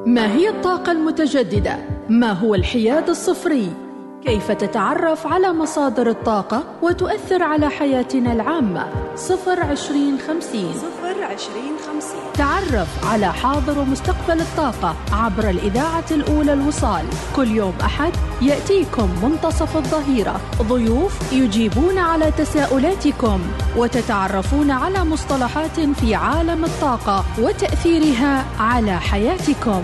ما هي الطاقة المتجددة؟ ما هو الحياد الصفري؟ كيف تتعرف على مصادر الطاقة وتؤثر على حياتنا العامة؟ 02050 تعرف على حاضر ومستقبل الطاقة عبر الإذاعة الأولى الوصال. كل يوم أحد يأتيكم منتصف الظهيرة ضيوف يجيبون على تساؤلاتكم وتتعرفون على مصطلحات في عالم الطاقة وتأثيرها على حياتكم.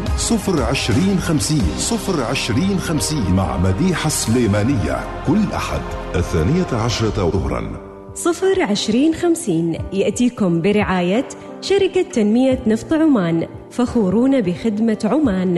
02050 مع مديحة السليمانية كل أحد 12 ظهرا. 02050 يأتيكم برعاية شركة تنمية نفط عمان، فخورون بخدمة عمان.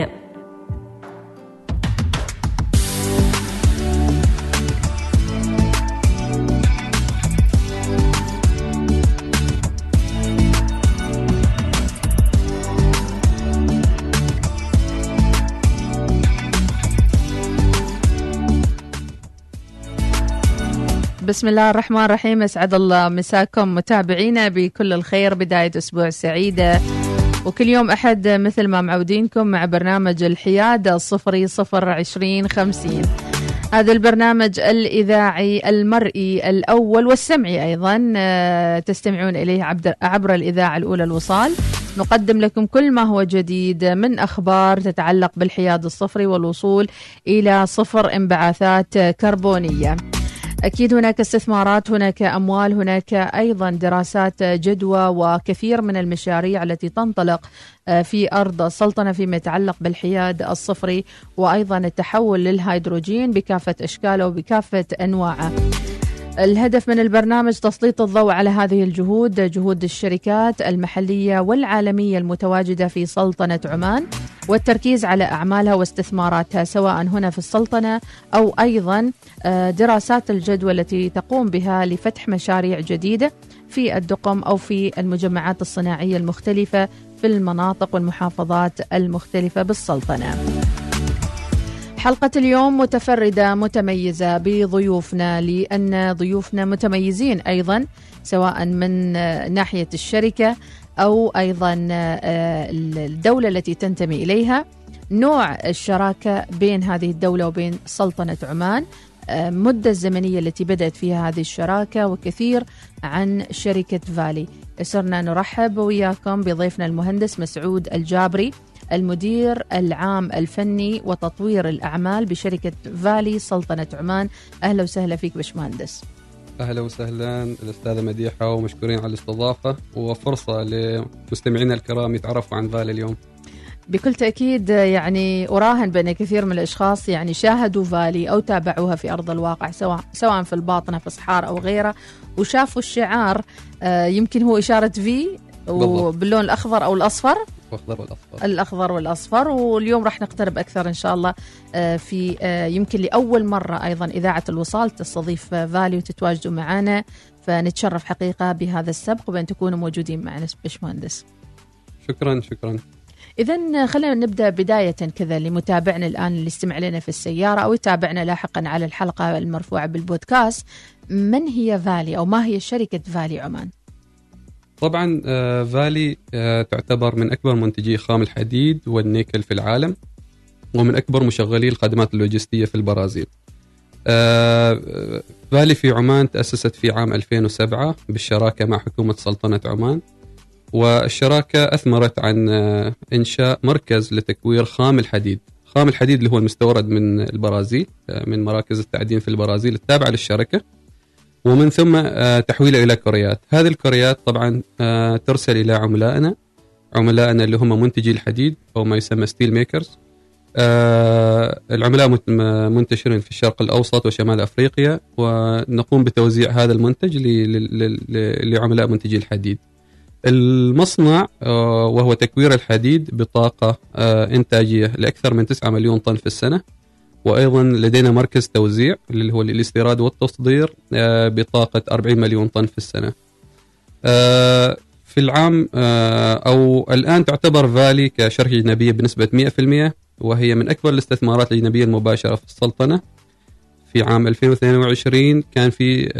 بسم الله الرحمن الرحيم. أسعد الله مساكم متابعينا بكل الخير، بداية أسبوع سعيدة، وكل يوم أحد مثل ما معودينكم مع برنامج الحياد الصفري 02050. هذا البرنامج الإذاعي المرئي الأول والسمعي أيضا، تستمعون إليه عبر الإذاعة الأولى الوصال. نقدم لكم كل ما هو جديد من أخبار تتعلق بالحياد الصفري والوصول إلى صفر انبعاثات كربونية. أكيد هناك استثمارات، هناك أموال، هناك أيضا دراسات جدوى وكثير من المشاريع التي تنطلق في أرض السلطنة فيما يتعلق بالحياد الصفري وأيضا التحول للهيدروجين بكافة أشكاله وبكافة أنواعه. الهدف من البرنامج تسليط الضوء على هذه الجهود، جهود الشركات المحلية والعالمية المتواجدة في سلطنة عمان، والتركيز على أعمالها واستثماراتها سواء هنا في السلطنة أو أيضا دراسات الجدوى التي تقوم بها لفتح مشاريع جديدة في الدقم أو في المجمعات الصناعية المختلفة في المناطق والمحافظات المختلفة بالسلطنة. حلقة اليوم متفردة متميزة بضيوفنا، لأن ضيوفنا متميزين أيضا سواء من ناحية الشركة أو أيضا الدولة التي تنتمي إليها، نوع الشراكة بين هذه الدولة وبين سلطنة عمان، مدة الزمنية التي بدأت فيها هذه الشراكة، وكثير عن شركة فالي. صرنا نرحب وياكم بضيفنا المهندس مسعود الجابري، المدير العام الفني وتطوير الأعمال بشركة فالي سلطنة عمان. أهلا وسهلا فيك باشمهندس. أهلا وسهلا الأستاذة مديحة، ومشكورين على الاستضافة وفرصة لمستمعينا الكرام يتعرفوا عن فالي اليوم. بكل تأكيد يعني أراهن بأن كثير من الأشخاص يعني شاهدوا فالي أو تابعوها في أرض الواقع سواء في الباطنة في صحار أو غيره، وشافوا الشعار يمكن هو إشارة في وباللون الأخضر أو الأصفر، الأخضر والأصفر. واليوم راح نقترب أكثر إن شاء الله في يمكن لأول مرة أيضا إذاعة الوصال تستضيف فالي وتتواجدوا معنا، فنتشرف حقيقة بهذا السبق وبأن تكونوا موجودين معنا باشمهندس. شكرا. إذن خلينا نبدأ بداية كذا لمتابعنا الآن اللي يستمع لنا في السيارة أو يتابعنا لاحقا على الحلقة المرفوعة بالبودكاست. من هي فالي أو ما هي شركة فالي عمان؟ طبعا فالي تعتبر من أكبر منتجي خام الحديد والنيكل في العالم، ومن أكبر مشغلي الخدمات اللوجستية في البرازيل. فالي في عمان تأسست في عام 2007 بالشراكة مع حكومة سلطنة عمان، والشراكة أثمرت عن إنشاء مركز لتكوير خام الحديد اللي هو المستورد من البرازيل، من مراكز التعدين في البرازيل التابعة للشركة، ومن ثم تحويله إلى كريات. هذه الكريات طبعا ترسل إلى عملائنا اللي هم منتجي الحديد أو ما يسمى ستيل ميكرز. العملاء منتشرين في الشرق الأوسط وشمال أفريقيا، ونقوم بتوزيع هذا المنتج لعملاء منتجي الحديد. المصنع وهو تكوير الحديد بطاقة إنتاجية لأكثر من 9 مليون طن في السنة، وأيضا لدينا مركز توزيع اللي هو الاستيراد والتصدير بطاقة 40 مليون طن في السنة. في العام أو الآن تعتبر فالي كشركة أجنبية بنسبة 100%، وهي من أكبر الاستثمارات الأجنبية المباشرة في السلطنة. في عام 2022 كان في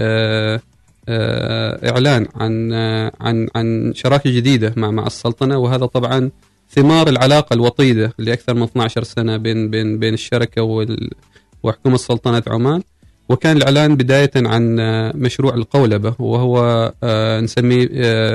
إعلان عن شراكة جديدة مع السلطنة، وهذا طبعا ثمار العلاقة الوطيدة لأكثر من 12 سنة بين الشركة وحكومة سلطنة عمان. وكان الإعلان بداية عن مشروع القولبة، وهو نسميه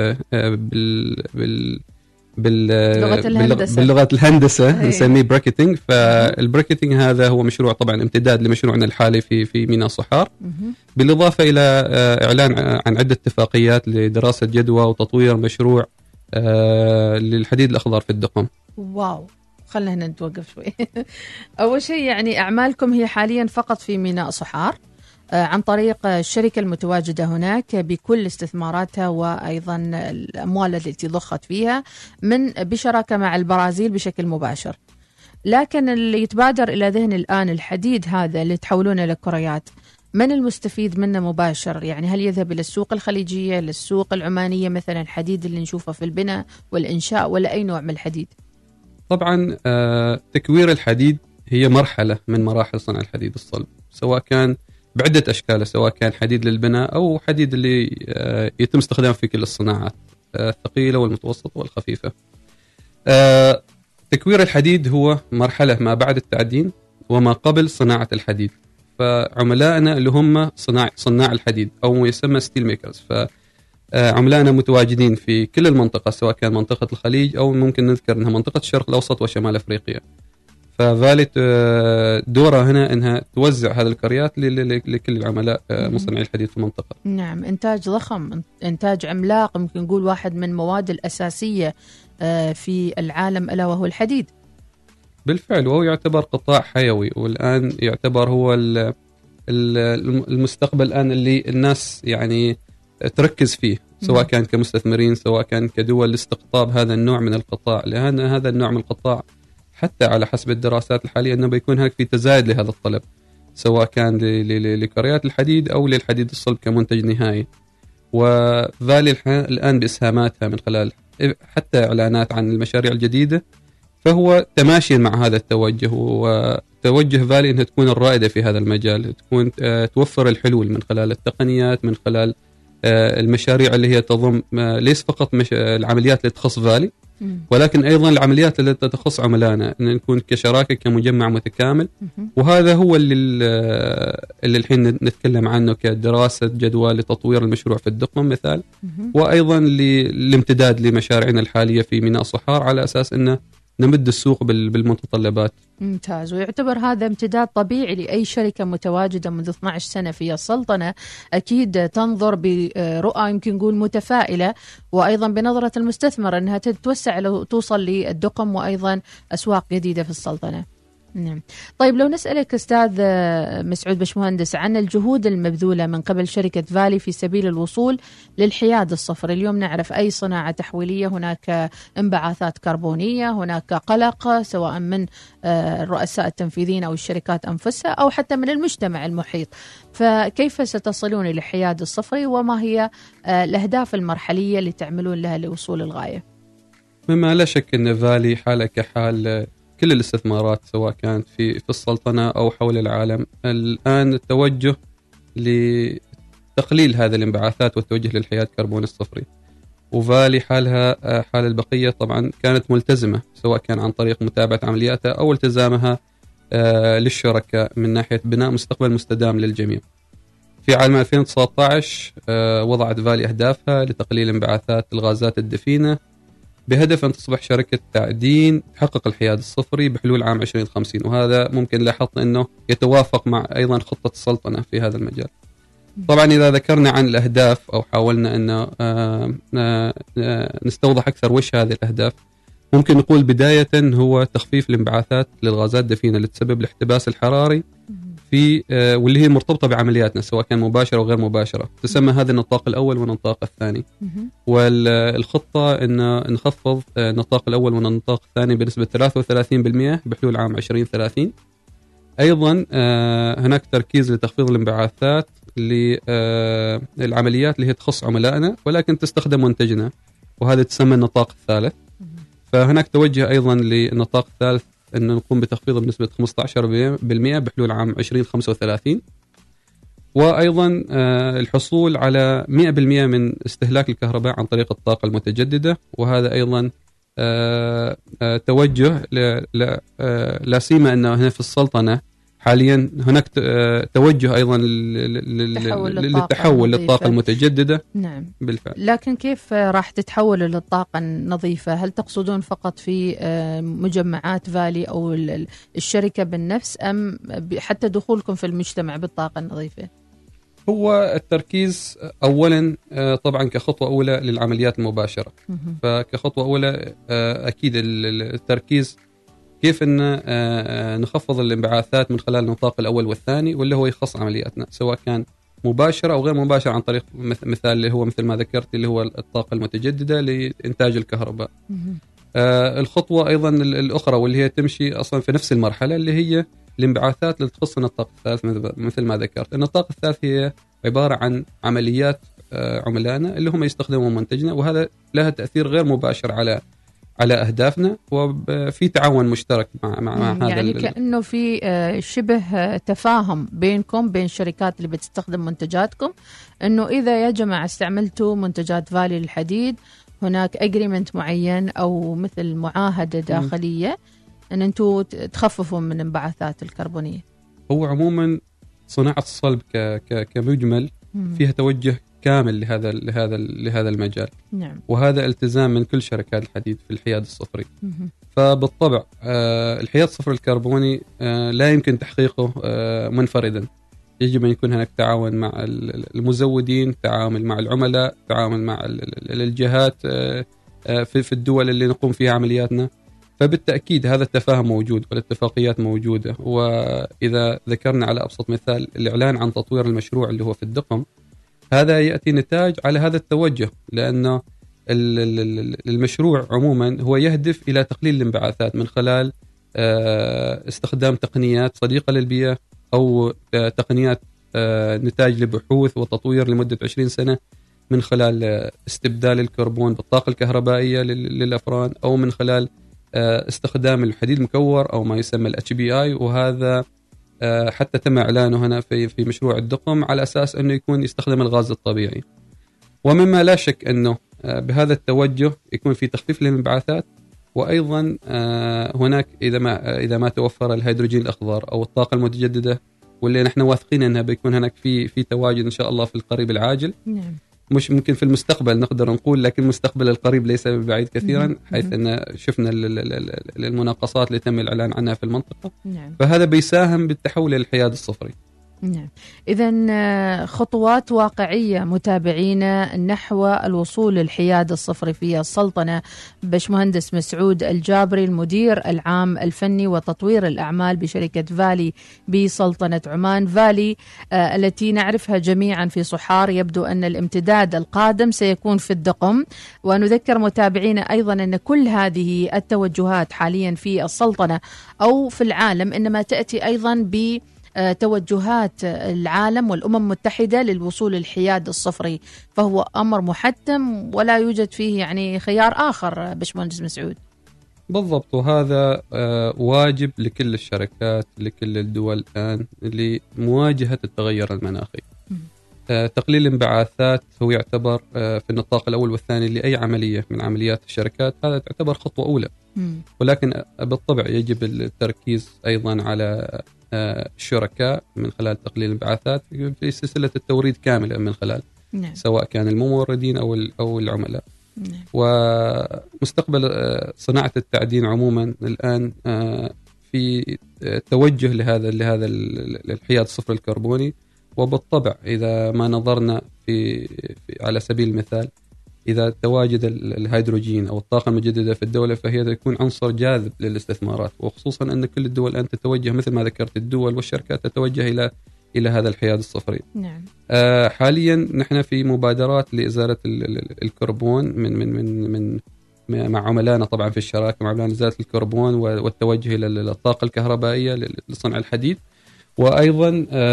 باللغة الهندسة نسميه براكتينج. فالبراكتينج هذا هو مشروع طبعا امتداد لمشروعنا الحالي في ميناء صحار، بالإضافة إلى إعلان عن عدة اتفاقيات لدراسة جدوى وتطوير مشروع للحديد الأخضر في الدقم. واو، خلينا هنا نتوقف شوي. أول شيء يعني أعمالكم هي حاليا فقط في ميناء صحار عن طريق الشركة المتواجدة هناك بكل استثماراتها وأيضا الأموال التي ضخت فيها بشراكة مع البرازيل بشكل مباشر. لكن اللي يتبادر إلى ذهن الآن الحديد هذا اللي تحولونه لكريات، من المستفيد منه مباشر؟ يعني هل يذهب إلى السوق الخليجية، للسوق العمانية مثلا، الحديد اللي نشوفه في البناء والإنشاء، ولا أي نوع من الحديد؟ طبعا تكوير الحديد هي مرحلة من مراحل صنع الحديد الصلب، سواء كان بعدة أشكال، سواء كان حديد للبناء أو حديد اللي يتم استخدامه في كل الصناعات الثقيلة والمتوسطة والخفيفة. تكوير الحديد هو مرحلة ما بعد التعدين وما قبل صناعة الحديد. فعملائنا اللي هم صناع الحديد أو يسمى ستيل ميكرز، فعملائنا متواجدين في كل المنطقة، سواء كان منطقة الخليج أو ممكن نذكر أنها منطقة الشرق الأوسط وشمال أفريقيا. ففالي دورها هنا أنها توزع هذه الكريات لكل العملاء مصنعي الحديد في المنطقة. نعم، إنتاج ضخم، إنتاج عملاق، ممكن نقول واحد من المواد الأساسية في العالم ألا وهو الحديد. بالفعل، وهو يعتبر قطاع حيوي، والآن يعتبر هو المستقبل الآن اللي الناس يعني تركز فيه، سواء كان كمستثمرين سواء كان كدول لاستقطاب هذا النوع من القطاع، لأن هذا النوع من القطاع حتى على حسب الدراسات الحالية أنه بيكون هناك في تزايد لهذا الطلب، سواء كان لكريات الحديد أو للحديد الصلب كمنتج نهائي. وفالي الآن بإسهاماتها من خلال حتى إعلانات عن المشاريع الجديدة، فهو تماشي مع هذا التوجه، وتوجه فالي أنها تكون الرائدة في هذا المجال، تكون توفر الحلول من خلال التقنيات، من خلال المشاريع اللي هي تضم ليس فقط العمليات اللي تخص فالي، ولكن أيضا العمليات التي تخص عملائنا، أن نكون كشراكة كمجمع متكامل. وهذا هو اللي الحين نتكلم عنه كدراسة جدوى لتطوير المشروع في الدقم مثال، وأيضا للامتداد لمشاريعنا الحالية في ميناء صحار، على أساس أنه نمد السوق بالمتطلبات. ممتاز، ويعتبر هذا امتداد طبيعي لأي شركة متواجدة منذ 12 سنة في السلطنة، أكيد تنظر برؤى يمكن نقول متفائلة، وأيضا بنظرة المستثمر أنها تتوسع وتوصل للدقم وأيضا أسواق جديدة في السلطنة. نعم. طيب لو نسألك أستاذ مسعود بشمهندس عن الجهود المبذولة من قبل شركة فالي في سبيل الوصول للحياد الصفر. اليوم نعرف أي صناعة تحويلية هناك انبعاثات كربونية، هناك قلق سواء من الرؤساء التنفيذيين أو الشركات أنفسها أو حتى من المجتمع المحيط، فكيف ستصلون للحياد الصفري وما هي الأهداف المرحلية اللي تعملون لها لوصول الغاية؟ مما لا شك أن فالي حالة كحال كل الاستثمارات سواء كانت في السلطنة أو حول العالم، الآن التوجه لتقليل هذه الانبعاثات والتوجه للحياد الكربوني الصفري. وفالي حالها حال البقية طبعا كانت ملتزمة، سواء كان عن طريق متابعة عملياتها أو التزامها للشركاء من ناحية بناء مستقبل مستدام للجميع. في عام 2019 وضعت فالي أهدافها لتقليل انبعاثات الغازات الدفينة بهدف أن تصبح شركة تعدين تحقق الحياد الصفري بحلول عام 2050، وهذا ممكن لاحظنا أنه يتوافق مع أيضا خطة السلطنة في هذا المجال. طبعا إذا ذكرنا عن الأهداف أو حاولنا أن نستوضح أكثر وش هذه الأهداف، ممكن نقول بداية هو تخفيف الانبعاثات للغازات الدفينة اللي تسبب الاحتباس الحراري في واللي هي مرتبطة بعملياتنا سواء كان مباشرة أو غير مباشرة. تسمى هذا النطاق الأول والنطاق الثاني، والخطة أن نخفض النطاق الأول والنطاق الثاني بنسبة 33% بحلول عام 2030. أيضا هناك تركيز لتخفيض الانبعاثات للعمليات اللي هي تخص عملائنا ولكن تستخدم منتجنا، وهذا تسمى النطاق الثالث. فهناك توجه أيضا للنطاق الثالث أن نقوم بتخفيض بنسبة 15% بحلول عام 2035، وأيضا الحصول على 100% من استهلاك الكهرباء عن طريق الطاقة المتجددة، وهذا أيضا توجه لا سيما أنه هنا في السلطنة حاليا هناك توجه أيضا للتحول للطاقة المتجددة. نعم بالفعل. لكن كيف راح تتحولوا للطاقة النظيفة؟ هل تقصدون فقط في مجمعات فالي أو الشركة بالنفس، أم حتى دخولكم في المجتمع بالطاقة النظيفة؟ هو التركيز أولا طبعا كخطوة أولى للعمليات المباشرة. فكخطوة أولى أكيد التركيز كيف أن نخفض الانبعاثات من خلال النطاق الأول والثاني، واللي هو يخص عملياتنا سواء كان مباشرة أو غير مباشرة، عن طريق مثال اللي هو مثل ما ذكرت اللي هو الطاقة المتجددة لإنتاج الكهرباء. الخطوة أيضا الأخرى واللي هي تمشي أصلا في نفس المرحلة اللي هي الانبعاثات اللي تخص النطاق الثالث. مثل ما ذكرت النطاق الثالث هي عبارة عن عمليات عملائنا اللي هم يستخدموا منتجنا، وهذا لها تأثير غير مباشر على أهدافنا، وفي تعاون مشترك مع هذا يعني كأنه في شبه تفاهم بينكم بين الشركات اللي بتستخدم منتجاتكم، أنه إذا يا جماعة استعملتوا منتجات فالي للحديد هناك أجريمنت معين أو مثل معاهدة داخلية أن أنتوا تخففوا من انبعاثات الكربونية. هو عموما صناعة الصلب كمجمل فيها توجه كامل لهذا المجال. نعم. وهذا التزام من كل شركات الحديد في الحياد الصفري. فبالطبع الحياد الصفري الكربوني لا يمكن تحقيقه منفردا، يجب أن يكون هناك تعاون مع المزودين، تعامل مع العملاء، تعامل مع الجهات في الدول اللي نقوم فيها عملياتنا. فبالتأكيد هذا التفاهم موجود والاتفاقيات موجودة. وإذا ذكرنا على أبسط مثال الإعلان عن تطوير المشروع اللي هو في الدقم، هذا يأتي نتاج على هذا التوجه، لأنه المشروع عموما هو يهدف إلى تقليل الانبعاثات من خلال استخدام تقنيات صديقة للبيئة أو تقنيات نتاج لبحوث وتطوير لمدة 20 سنة من خلال استبدال الكربون بالطاقة الكهربائية للأفران، أو من خلال استخدام الحديد المكور أو ما يسمى HBI. وهذا حتى تم إعلانه هنا في مشروع الدقم على أساس أنه يكون يستخدم الغاز الطبيعي. ومما لا شك أنه بهذا التوجه يكون في تخفيف للانبعاثات، وأيضا هناك إذا ما توفر الهيدروجين الأخضر أو الطاقة المتجددة، واللي نحن واثقين أنها بيكون هناك في تواجد إن شاء الله في القريب العاجل. نعم. مش ممكن في المستقبل نقدر نقول، لكن المستقبل القريب ليس بعيد كثيرا، حيث أن شفنا المناقصات اللي تم الإعلان عنها في المنطقة. نعم. فهذا بيساهم بالتحول للحياد الصفري. نعم. إذن خطوات واقعية متابعينا نحو الوصول للحياد الصفري في السلطنة. باشمهندس مسعود الجابري، المدير العام الفني وتطوير الأعمال بشركة فالي بسلطنة عمان. فالي التي نعرفها جميعا في صحار، يبدو أن الامتداد القادم سيكون في الدقم. ونذكر متابعينا أيضا أن كل هذه التوجهات حاليا في السلطنة أو في العالم إنما تأتي أيضا ب توجهات العالم والأمم المتحدة للوصول للحياد الصفري، فهو أمر محتم ولا يوجد فيه يعني خيار آخر. باشمهندس مسعود. بالضبط، وهذا واجب لكل الشركات، لكل الدول الآن لمواجهة التغير المناخي. تقليل الانبعاثات هو يعتبر في النطاق الأول والثاني لأي عملية من عمليات الشركات، هذا تعتبر خطوة أولى. ولكن بالطبع يجب التركيز أيضا على الشركاء من خلال تقليل الانبعاثات في سلسلة التوريد كاملة من خلال سواء كان الموردين أو العملاء. ومستقبل صناعة التعدين عموما الآن في توجه لهذا الحياد الصفر الكربوني. وبالطبع إذا ما نظرنا على سبيل المثال، إذا تواجد الهيدروجين أو الطاقة المتجددة في الدولة فهي تكون عنصر جاذب للاستثمارات، وخصوصا أن كل الدول الآن تتوجه مثل ما ذكرت، الدول والشركات تتوجه إلى هذا الحياد الصفري. نعم. حاليا نحن في مبادرات لإزالة الكربون من مع عملائنا طبعا في الشراكة مع عملائنا إزالة الكربون والتوجه إلى الطاقة الكهربائية لصنع الحديد. وأيضا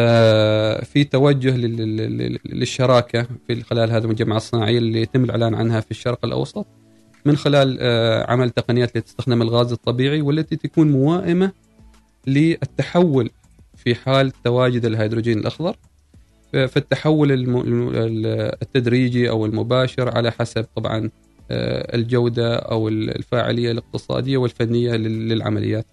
في توجه للشراكة في خلال هذه المجمعات الصناعية اللي يتم الإعلان عنها في الشرق الأوسط من خلال عمل تقنيات التي تستخدم الغاز الطبيعي والتي تكون موائمة للتحول في حال تواجد الهيدروجين الأخضر، في التحول التدريجي أو المباشر على حسب طبعا الجودة أو الفاعلية الاقتصادية والفنية للعمليات.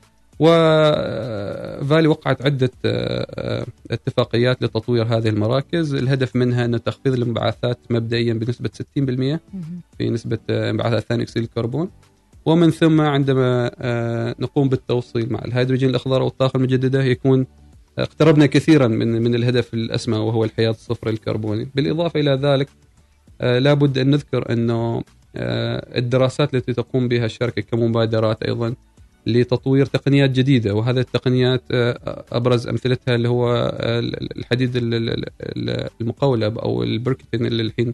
وفالي وقعت عدة اتفاقيات لتطوير هذه المراكز، الهدف منها أن تخفيض الانبعاثات مبدئيا بنسبة 60% في نسبة انبعاثات ثاني أكسيد الكربون، ومن ثم عندما نقوم بالتوصيل مع الهيدروجين الأخضر والطاقة المجددة يكون اقتربنا كثيرا من الهدف الأسمى وهو الحياد الصفر الكربوني. بالإضافة إلى ذلك لابد أن نذكر أنه الدراسات التي تقوم بها الشركة كمبادرات أيضا لتطوير تقنيات جديدة، وهذه التقنيات أبرز أمثلتها اللي هو الحديد المقولب أو البركتين اللي الحين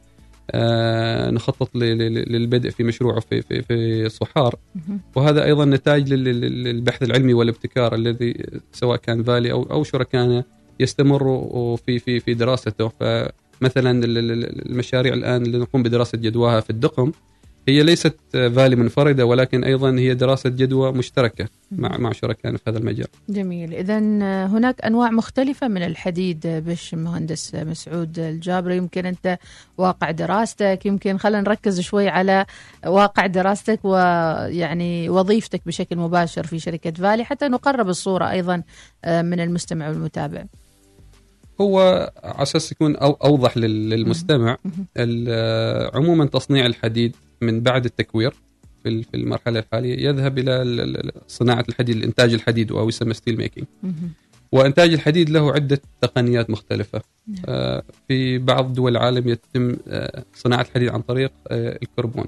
نخطط للبدء في مشروعه في صحار، وهذا أيضا نتاج للبحث العلمي والابتكار الذي سواء كان فالي أو شركائنا يستمروا في دراسته. فمثلا المشاريع الآن اللي نقوم بدراسة جدواها في الدقم هي ليست فالي منفردة، ولكن أيضا هي دراسة جدوى مشتركة مع شركائنا في هذا المجال. جميل. إذن هناك أنواع مختلفة من الحديد بش مهندس مسعود الجابري، يمكن أنت واقع دراستك، يمكن خلينا نركز شوي على واقع دراستك ويعني وظيفتك بشكل مباشر في شركة فالي حتى نقرب الصورة أيضا من المستمع والمتابع. هو على أساس يكون أوضح للمستمع، عموما تصنيع الحديد من بعد التكوير في المرحلة الحالية يذهب إلى صناعة الحديد، الإنتاج الحديد أو يسمى ستيل ميكينج. وإنتاج الحديد له عدة تقنيات مختلفة. في بعض دول العالم يتم صناعة الحديد عن طريق الكربون،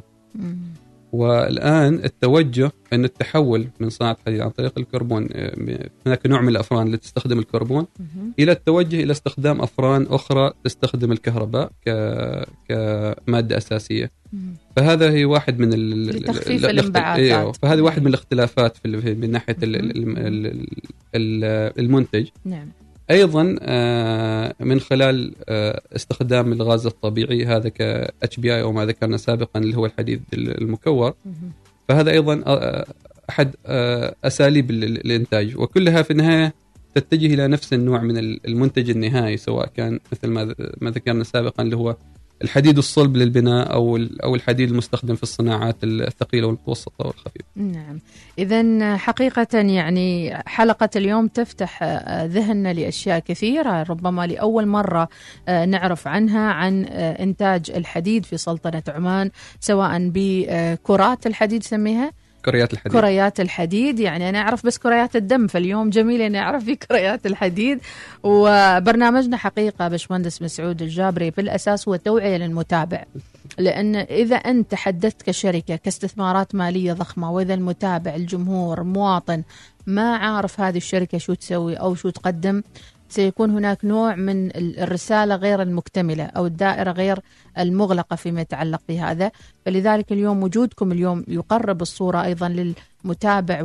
والآن التوجه أن التحول من صناعة الحديد عن طريق الكربون، هناك نوع من الأفران اللي تستخدم الكربون، إلى التوجه إلى استخدام أفران أخرى تستخدم الكهرباء كمادة أساسية. فهذا هي واحد من لتخفيف الانبعاثات. فهذه واحد من الاختلافات من ناحية المنتج. نعم. أيضا من خلال استخدام الغاز الطبيعي هذا ك HBI أو ما ذكرنا سابقا اللي هو الحديد المكور، فهذا أيضا أحد أساليب الإنتاج، وكلها في النهاية تتجه إلى نفس النوع من المنتج النهائي، سواء كان مثل ما ذكرنا سابقا اللي هو الحديد الصلب للبناء أو الحديد المستخدم في الصناعات الثقيلة والمتوسطة والخفيفة. نعم. إذن حقيقة يعني حلقة اليوم تفتح ذهننا لأشياء كثيرة ربما لأول مرة نعرف عنها، عن إنتاج الحديد في سلطنة عمان، سواء بكرات الحديد سميها كريات الحديد. يعني أنا أعرف بس كريات الدم، فاليوم جميل أن أعرف في كريات الحديد. وبرنامجنا حقيقة باشمهندس مسعود الجابري بالأساس هو توعية للمتابع، لأن إذا أنت حدثت كشركة كاستثمارات مالية ضخمة، وإذا المتابع الجمهور المواطن ما عارف هذه الشركة شو تسوي أو شو تقدم، سيكون هناك نوع من الرسالة غير المكتملة أو الدائرة غير المغلقة فيما يتعلق بهذا. فلذلك اليوم وجودكم اليوم يقرب الصورة أيضا للمتابع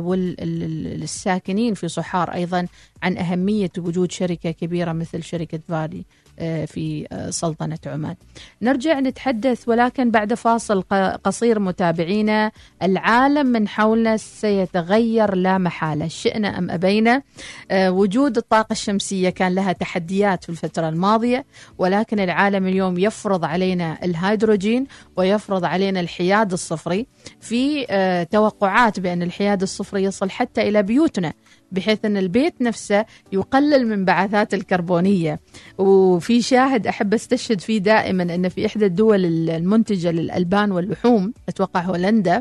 والساكنين في صحار أيضا عن أهمية وجود شركة كبيرة مثل شركة فالي في سلطنة عمان. نرجع نتحدث ولكن بعد فاصل قصير متابعينا. العالم من حولنا سيتغير لا محالة، شئنا أم أبينا. وجود الطاقة الشمسية كان لها تحديات في الفترة الماضية، ولكن العالم اليوم يفرض علينا الهيدروجين ويفرض علينا الحياد الصفري. في توقعات بأن الحياد الصفري يصل حتى إلى بيوتنا، بحيث أن البيت نفسه يقلل من انبعاثات الكربونية. وفي شاهد أحب استشهد فيه دائما أن في إحدى الدول المنتجة للألبان واللحوم، أتوقع هولندا،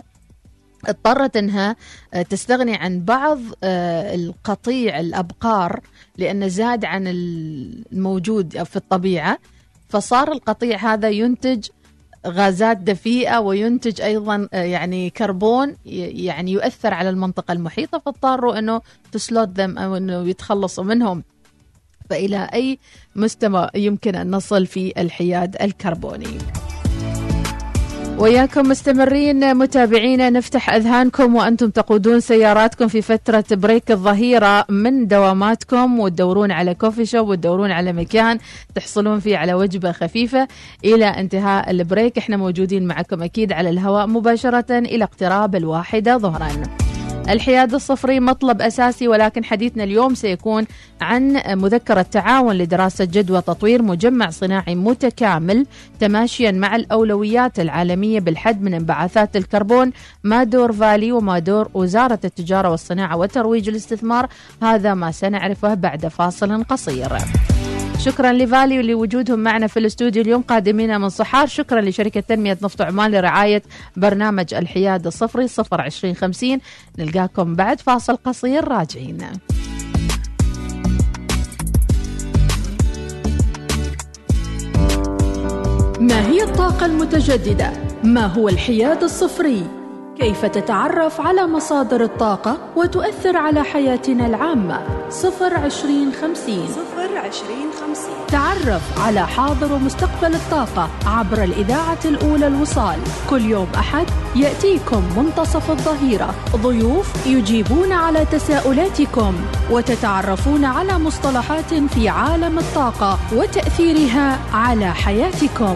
اضطرت أنها تستغني عن بعض القطيع الأبقار لأنه زاد عن الموجود في الطبيعة، فصار القطيع هذا ينتج غازات دفيئة وينتج أيضا يعني كربون يعني يؤثر على المنطقة المحيطة، فاضطروا أنه تسلوت ذم أو أنه يتخلصوا منهم. فإلى أي مستوى يمكن أن نصل في الحياد الكربوني؟ وياكم مستمرين متابعينا، نفتح أذهانكم وأنتم تقودون سياراتكم في فترة بريك الظهيرة من دواماتكم، وتدورون على كوفي شوب وتدورون على مكان تحصلون فيه على وجبة خفيفة إلى انتهاء البريك. احنا موجودين معكم أكيد على الهواء مباشرة إلى اقتراب 1 ظهرا. الحياد الصفري مطلب أساسي، ولكن حديثنا اليوم سيكون عن مذكرة تعاون لدراسة جدوى تطوير مجمع صناعي متكامل تماشيا مع الأولويات العالمية بالحد من انبعاثات الكربون، ما دور فالي وما دور وزارة التجارة والصناعة وترويج الاستثمار. هذا ما سنعرفه بعد فاصل قصير. شكرا لفالي ولوجودهم معنا في الاستوديو اليوم قادمين من صحار. شكرا لشركة تنمية نفط عمان لرعاية برنامج الحياد الصفري 02050. نلقاكم بعد فاصل قصير راجعين. ما هي الطاقة المتجددة؟ ما هو الحياد الصفري؟ كيف تتعرف على مصادر الطاقة وتؤثر على حياتنا العامة؟ 02050. تعرف على حاضر ومستقبل الطاقة عبر الإذاعة الأولى الوصال. كل يوم أحد يأتيكم منتصف الظهيرة ضيوف يجيبون على تساؤلاتكم وتتعرفون على مصطلحات في عالم الطاقة وتأثيرها على حياتكم.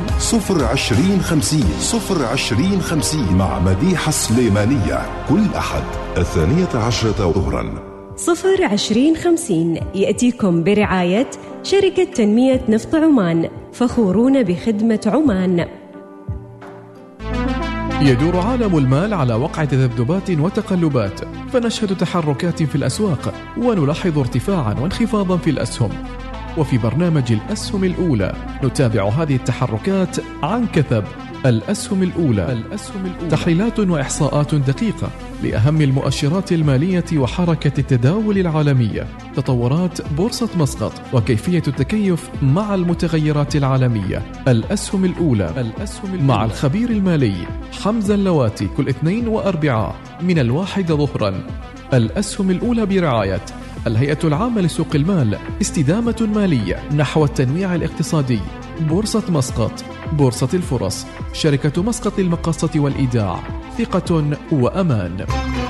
02050 مع مديحة سليمانية كل أحد 12 ظهرا. 02050 يأتيكم برعاية شركة تنمية نفط عمان، فخورون بخدمة عمان. يدور عالم المال على وقع تذبذبات وتقلبات، فنشهد تحركات في الأسواق ونلاحظ ارتفاعا وانخفاضا في الأسهم. وفي برنامج الأسهم الأولى نتابع هذه التحركات عن كثب. الأسهم الأولى تحليلات وإحصاءات دقيقة لأهم المؤشرات المالية وحركة التداول العالمية، تطورات بورصة مسقط وكيفية التكيف مع المتغيرات العالمية. الأسهم الأولى مع الخبير المالي حمزة اللواتي كل اثنين وأربعاء من 1 ظهرا. الأسهم الأولى برعاية الهيئة العامة لسوق المال، استدامة مالية نحو التنويع الاقتصادي. بورصة مسقط، بورصة الفرص، شركة مسقط للمقاصة والإيداع، ثقة وأمان.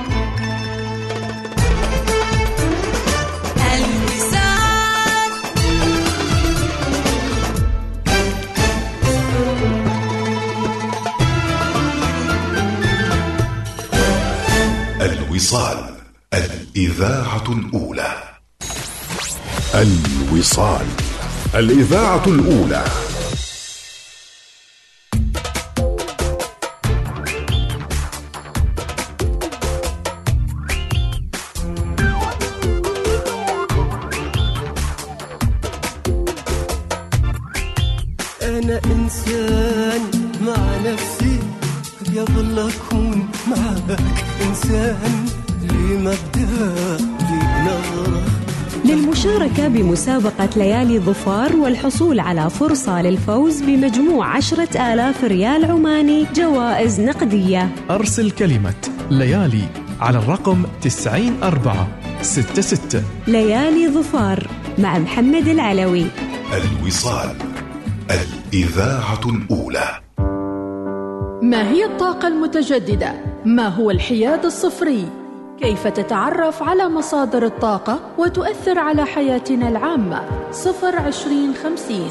الوصال، الإذاعة الأولى. الوصال، الإذاعة الأولى. أنا إنسان مع نفسي قبل أكون معك إنسان، لمبدأ لنظرة. للمشاركة بمسابقة ليالي ظفار والحصول على فرصة للفوز بمجموع 10,000 ريال عماني جوائز نقدية، أرسل كلمة ليالي على الرقم 90466. ليالي ظفار مع محمد العلوي. الوصال، الإذاعة الأولى. ما هي الطاقة المتجددة؟ ما هو الحياد الصفري؟ كيف تتعرف على مصادر الطاقة وتؤثر على حياتنا العامة؟ 02050.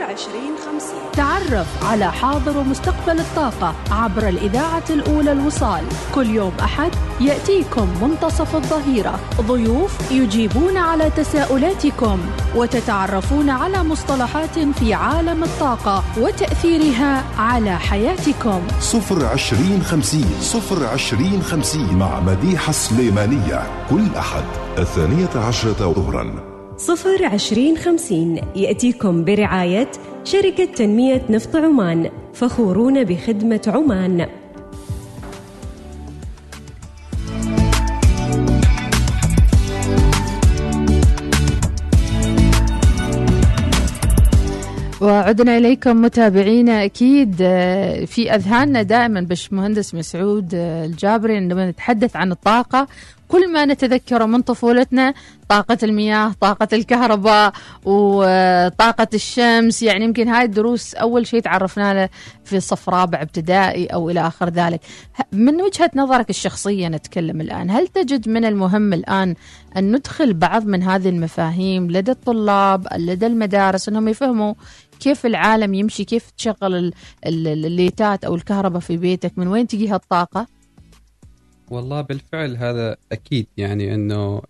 تعرف على حاضر ومستقبل الطاقة عبر الإذاعة الأولى الوصال. كل يوم أحد يأتيكم منتصف الظهيرة ضيوف يجيبون على تساؤلاتكم وتتعرفون على مصطلحات في عالم الطاقة وتأثيرها على حياتكم. 02050 مع مديحة سليمانية كل أحد 12 ظهرا. 02050 يأتيكم برعاية شركة تنمية نفط عمان، فخورون بخدمة عمان. وعدنا إليكم متابعينا. أكيد في أذهاننا دائما باشمهندس مسعود الجابري عندما نتحدث عن الطاقة كل ما نتذكره من طفولتنا طاقة المياه، طاقة الكهرباء، وطاقة الشمس. يعني يمكن هاي الدروس أول شيء تعرفنا له في صف رابع ابتدائي أو إلى آخر ذلك. من وجهة نظرك الشخصية نتكلم الآن، هل تجد من المهم الآن أن ندخل بعض من هذه المفاهيم لدى الطلاب لدى المدارس أنهم يفهموا كيف العالم يمشي، كيف تشغل الليتات أو الكهرباء في بيتك، من وين تجي هالطاقة؟ والله بالفعل هذا أكيد، يعني أنه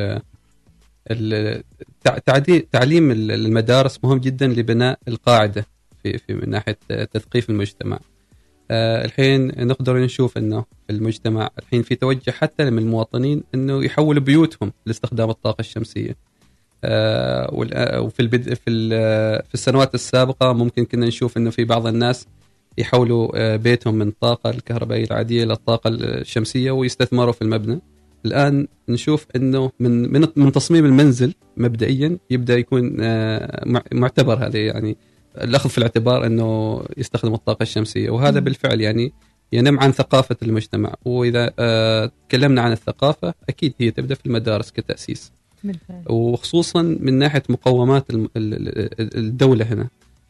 تعليم المدارس مهم جدا لبناء القاعدة في من ناحية تثقيف المجتمع. الحين نقدر نشوف أنه في المجتمع الحين في توجه حتى من المواطنين أنه يحولوا بيوتهم لاستخدام الطاقة الشمسية. وفي في السنوات السابقة ممكن كنا نشوف أنه في بعض الناس يحولوا بيتهم من الطاقة الكهربائية العادية إلى الطاقة الشمسية ويستثمروا في المبنى. الآن نشوف أنه من تصميم المنزل مبدئيا يبدأ يكون معتبر هذا، يعني الأخذ في الاعتبار أنه يستخدم الطاقة الشمسية، وهذا بالفعل يعني ينم عن ثقافة المجتمع. وإذا تكلمنا عن الثقافة أكيد هي تبدأ في المدارس كتأسيس، وخصوصا من ناحية مقومات الدولة هنا.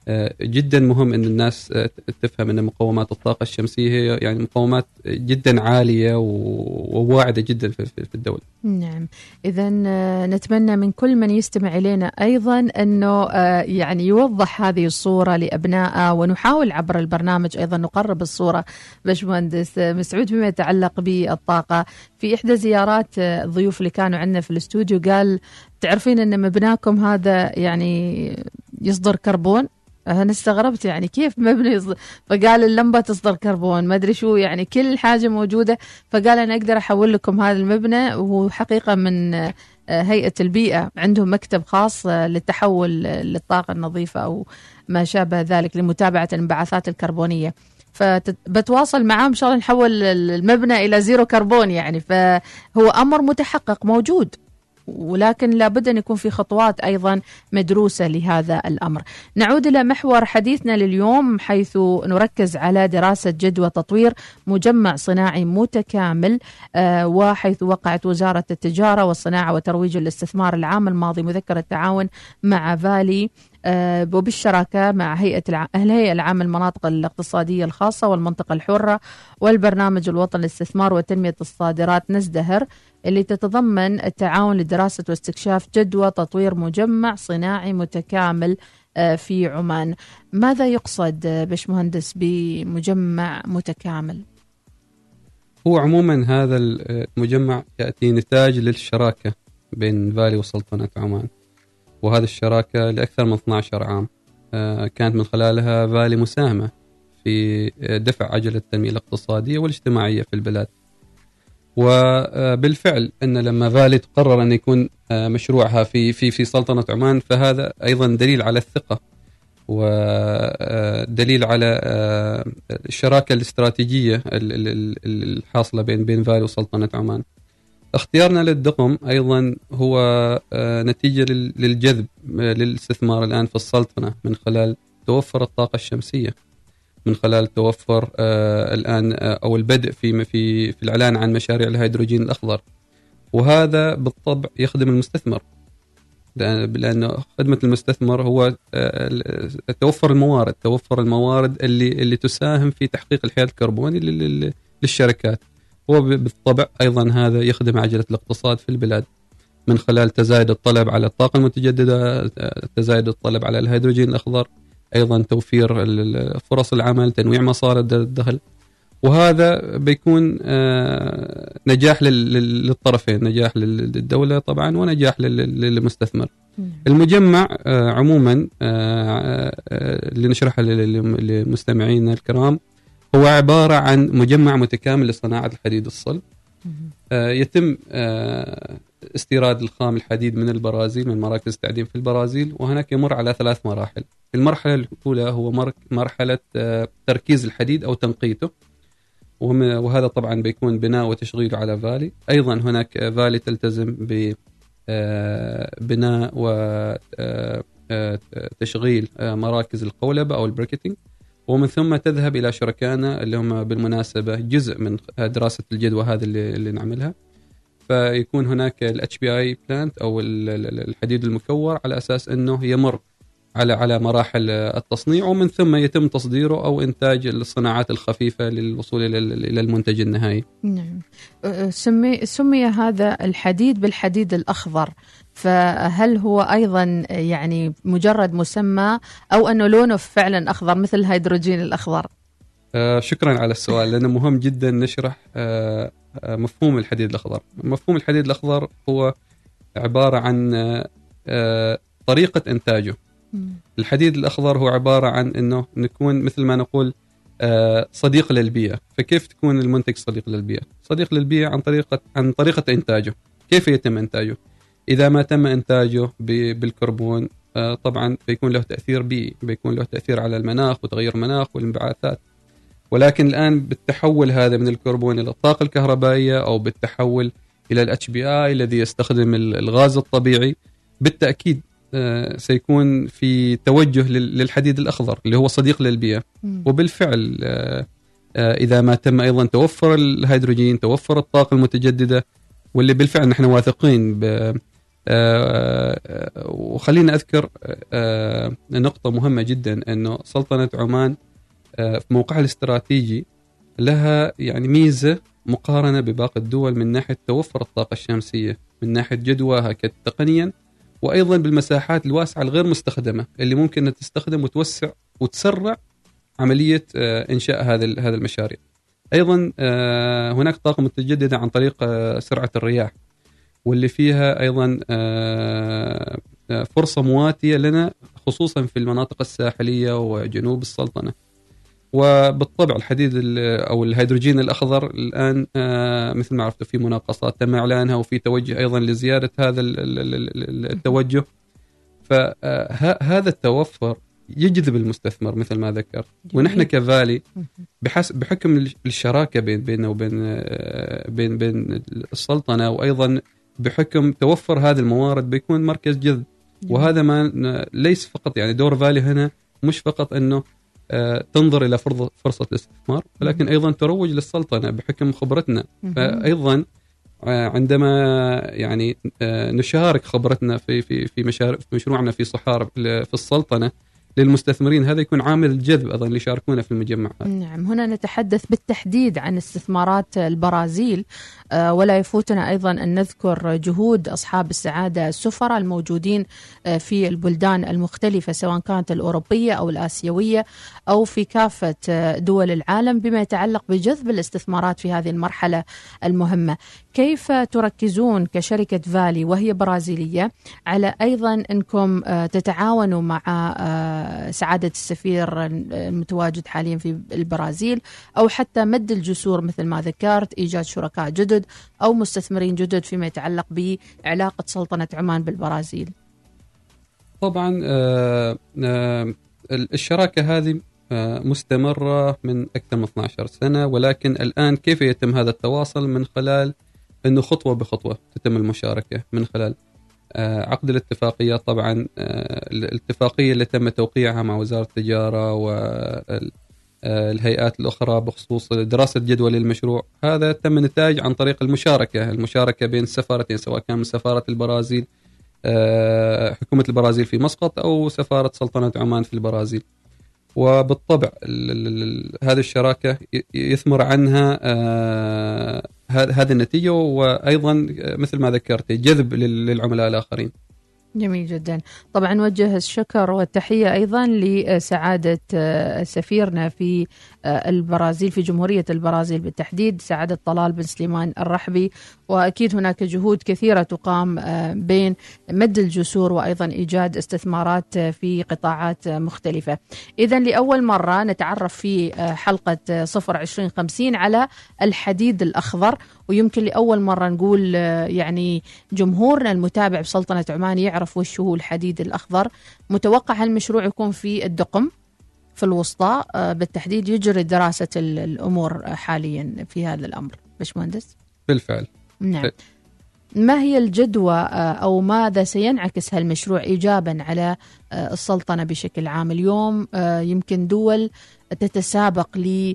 جدا مهم أن الناس تفهم أن مقومات الطاقة الشمسية هي يعني مقومات جدا عالية وواعدة جدا في الدولة. نعم، إذا نتمنى من كل من يستمع إلينا أيضا أنه يعني يوضح هذه الصورة لأبنائه، ونحاول عبر البرنامج أيضا نقرب الصورة. باشمهندس مسعود، فيما يتعلق بالطاقة، في إحدى زيارات الضيوف اللي كانوا عندنا في الاستوديو قال تعرفين أن مبناكم هذا يعني يصدر كربون؟ أنا استغربت يعني كيف مبني فقال اللمبة تصدر كربون، ما أدري شو يعني كل حاجة موجودة. فقال أنا أقدر أحول لكم هذا المبنى، وحقيقة من هيئة البيئة عندهم مكتب خاص للتحول للطاقة النظيفة أو ما شابه ذلك لمتابعة الانبعاثات الكربونية. فبتواصل معاه إن شاء الله نحول المبنى إلى زيرو كربون يعني. فهو أمر متحقق موجود، ولكن لابد أن يكون في خطوات أيضا مدروسة لهذا الأمر. نعود إلى محور حديثنا لليوم، حيث نركز على دراسة جدوى تطوير مجمع صناعي متكامل، وحيث وقعت وزارة التجارة والصناعة وترويج الاستثمار العام الماضي مذكرة تعاون مع فالي وبالشراكة مع الهيئة العامة للمناطق الاقتصادية الخاصة والمنطقة الحرة والبرنامج الوطني للاستثمار وتنمية الصادرات نزدهر، اللي تتضمن التعاون لدراسة واستكشاف جدوى تطوير مجمع صناعي متكامل في عمان. ماذا يقصد باشمهندس بمجمع متكامل؟ هو عموما هذا المجمع يأتي نتاج للشراكة بين فالي وسلطنة عمان، وهذه الشراكة لأكثر من 12 عام كانت من خلالها فالي مساهمة في دفع عجلة التنمية الاقتصادية والاجتماعية في البلاد. وبالفعل أن لما فالي تقرر أن يكون مشروعها في سلطنة عمان، فهذا أيضا دليل على الثقة ودليل على الشراكة الاستراتيجية الحاصلة بين فالي وسلطنة عمان. اختيارنا للدقم أيضا هو نتيجة للجذب للاستثمار الآن في السلطنة من خلال توفر الطاقة الشمسية، من خلال توفر الآن أو البدء في الإعلان عن مشاريع الهيدروجين الأخضر، وهذا بالطبع يخدم المستثمر، لأن خدمة المستثمر هو توفر الموارد اللي تساهم في تحقيق الحياد الكربوني للشركات. وبالطبع أيضا هذا يخدم عجلة الاقتصاد في البلاد من خلال تزايد الطلب على الطاقة المتجددة، تزايد الطلب على الهيدروجين الأخضر، أيضا توفير فرص العمل، تنويع مصادر الدخل. وهذا بيكون نجاح للطرفين، نجاح للدولة طبعا ونجاح للمستثمر. المجمع عموما اللي نشرحه للمستمعين الكرام هو عبارة عن مجمع متكامل لصناعة الحديد الصلب. يتم استيراد الخام الحديد من البرازيل، من مراكز التعدين في البرازيل، وهناك يمر على 3 مراحل. المرحلة الأولى هو مرحلة تركيز الحديد أو تنقيته، وهذا طبعا بيكون بناء وتشغيله على فالي. أيضا هناك فالي تلتزم ببناء وتشغيل مراكز القولبة أو البريكتينج، ومن ثم تذهب إلى شركائنا اللي هم بالمناسبة جزء من دراسة الجدوى هذه اللي نعملها. فيكون هناك ال HBI plant أو الحديد المكور على أساس أنه يمر على مراحل التصنيع، ومن ثم يتم تصديره أو إنتاج الصناعات الخفيفة للوصول إلى المنتج النهائي. نعم. سمي هذا الحديد بالحديد الأخضر، فهل هو أيضا يعني مجرد مسمى أو أنه لونه فعلا أخضر مثل الهيدروجين الأخضر؟ شكرا على السؤال، لأنه مهم جدا نشرح مفهوم الحديد الأخضر. مفهوم الحديد الأخضر هو عبارة عن طريقة إنتاجه. الحديد الأخضر هو عبارة عن أنه نكون مثل ما نقول صديق للبيئة. فكيف تكون المنتج صديق للبيئة؟ صديق للبيئة عن طريقة إنتاجه. كيف يتم إنتاجه؟ إذا ما تم إنتاجه بالكربون طبعا بيكون له تأثير بيئي، بيكون له تأثير على المناخ وتغير المناخ والانبعاثات. ولكن الآن بالتحول هذا من الكربون إلى الطاقة الكهربائية أو بالتحول إلى ال HBI الذي يستخدم الغاز الطبيعي، بالتأكيد سيكون في توجه للحديد الأخضر اللي هو صديق للبيئة. وبالفعل إذا ما تم أيضا توفر الهيدروجين، توفر الطاقة المتجددة، واللي بالفعل نحن واثقين وخلينا أذكر نقطة مهمة جدا، أنه سلطنة عمان في موقعها الاستراتيجي لها يعني ميزة مقارنة بباقي الدول من ناحية توفر الطاقة الشمسية، من ناحية جدواها تقنيا، وأيضا بالمساحات الواسعة الغير مستخدمة اللي ممكن أن تستخدم وتوسع وتسرع عملية إنشاء هذه المشاريع. أيضا هناك طاقة متجددة عن طريق سرعة الرياح، واللي فيها أيضا فرصة مواتية لنا خصوصا في المناطق الساحلية وجنوب السلطنة. وبالطبع الحديد أو الهيدروجين الأخضر الآن مثل ما عرفتوا في مناقصات تم إعلانها، وفي توجه أيضا لزيادة هذا التوجه. فهذا التوفر يجذب المستثمر مثل ما ذكرت. ونحن كفالي بحكم الشراكة بيننا وبين بين السلطنة، وأيضا بحكم توفر هذه الموارد بيكون مركز جذب. وهذا ما ليس فقط يعني دور فالي هنا مش فقط أنه تنظر إلى فرصة الاستثمار، ولكن أيضا تروج للسلطنة بحكم خبرتنا. فأيضا عندما يعني نشارك خبرتنا في مشروعنا في صحارى في السلطنة للمستثمرين، هذا يكون عامل الجذب أيضا اللي يشاركونا في المجمعات. نعم، هنا نتحدث بالتحديد عن استثمارات البرازيل، ولا يفوتنا أيضا أن نذكر جهود أصحاب السعادة السفراء الموجودين في البلدان المختلفة سواء كانت الأوروبية أو الآسيوية أو في كافة دول العالم بما يتعلق بجذب الاستثمارات في هذه المرحلة المهمة. كيف تركزون كشركة فالي وهي برازيلية على أيضا أنكم تتعاونوا مع سعادة السفير المتواجد حاليا في البرازيل، أو حتى مد الجسور مثل ما ذكرت، إيجاد شركاء جدد أو مستثمرين جدد فيما يتعلق بعلاقة سلطنة عمان بالبرازيل؟ طبعا الشراكة هذه مستمرة من أكثر من 12 سنة، ولكن الآن كيف يتم هذا التواصل؟ من خلال أنه خطوة بخطوة تتم المشاركة من خلال عقد الاتفاقيات. طبعا الاتفاقية اللي تم توقيعها مع وزارة التجارة والهيئات الأخرى بخصوص دراسة جدوى للمشروع، هذا تم نتاج عن طريق المشاركة بين السفارتين، سواء كان من سفارة البرازيل حكومة البرازيل في مسقط أو سفارة سلطنة عمان في البرازيل. وبالطبع هذه الشراكة يثمر عنها هذه النتيجة، وأيضا مثل ما ذكرت جذب للعملاء الآخرين. جميل جدا. طبعا نوجه الشكر والتحية أيضا لسعادة سفيرنا في البرازيل، في جمهورية البرازيل بالتحديد، سعادة طلال بن سليمان الرحبي. وأكيد هناك جهود كثيرة تقام بين مد الجسور وأيضا إيجاد استثمارات في قطاعات مختلفة. إذن لأول مرة نتعرف في حلقة 02050 على الحديد الأخضر، ويمكن لأول مرة نقول يعني جمهورنا المتابع بسلطنة عمان يعرف وش هو الحديد الأخضر. متوقع هالمشروع يكون في الدقم في الوسطى بالتحديد، يجري دراسة الأمور حاليا في هذا الأمر باشمهندس؟ بالفعل. نعم. ما هي الجدوى أو ماذا سينعكس هالمشروع إيجابا على السلطنة بشكل عام؟ اليوم يمكن دول تتسابق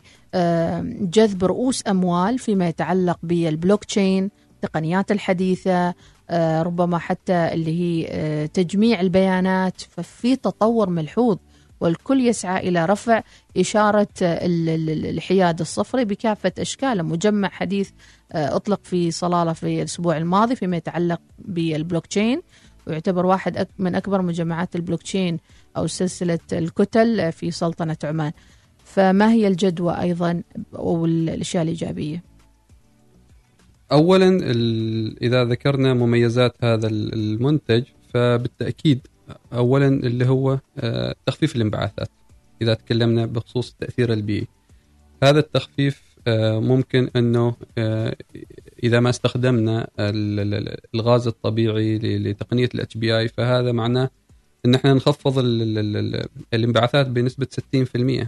لجذب رؤوس أموال فيما يتعلق بالبلوك تشين، التقنيات الحديثة، ربما حتى اللي هي تجميع البيانات. ففي تطور ملحوظ، والكل يسعى إلى رفع إشارة الحياد الصفري بكافة أشكاله. مجمع حديث أطلق في صلالة في الأسبوع الماضي فيما يتعلق بالبلوك تشين، ويعتبر واحد من أكبر مجمعات البلوك تشين أو سلسلة الكتل في سلطنة عمان. فما هي الجدوى أيضا والأشياء الإيجابية؟ أولا إذا ذكرنا مميزات هذا المنتج فبالتأكيد أولا اللي هو تخفيف الانبعاثات. إذا تكلمنا بخصوص التأثير البيئي، هذا التخفيف ممكن أنه إذا ما استخدمنا الغاز الطبيعي لتقنية الHBI فهذا معناه أن احنا نخفض الانبعاثات بنسبة 60%،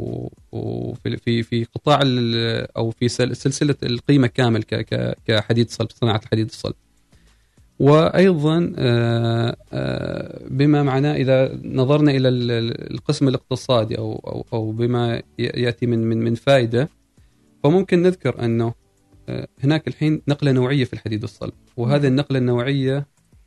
وفي قطاع أو في سلسلة القيمة كامل كحديد صلب، صناعة الحديد الصلب. وأيضا بما معناه إذا نظرنا إلى القسم الاقتصادي أو بما يأتي من فائدة، فممكن نذكر أنه هناك الحين نقلة نوعية في الحديد الصلب، وهذه النقلة النوعية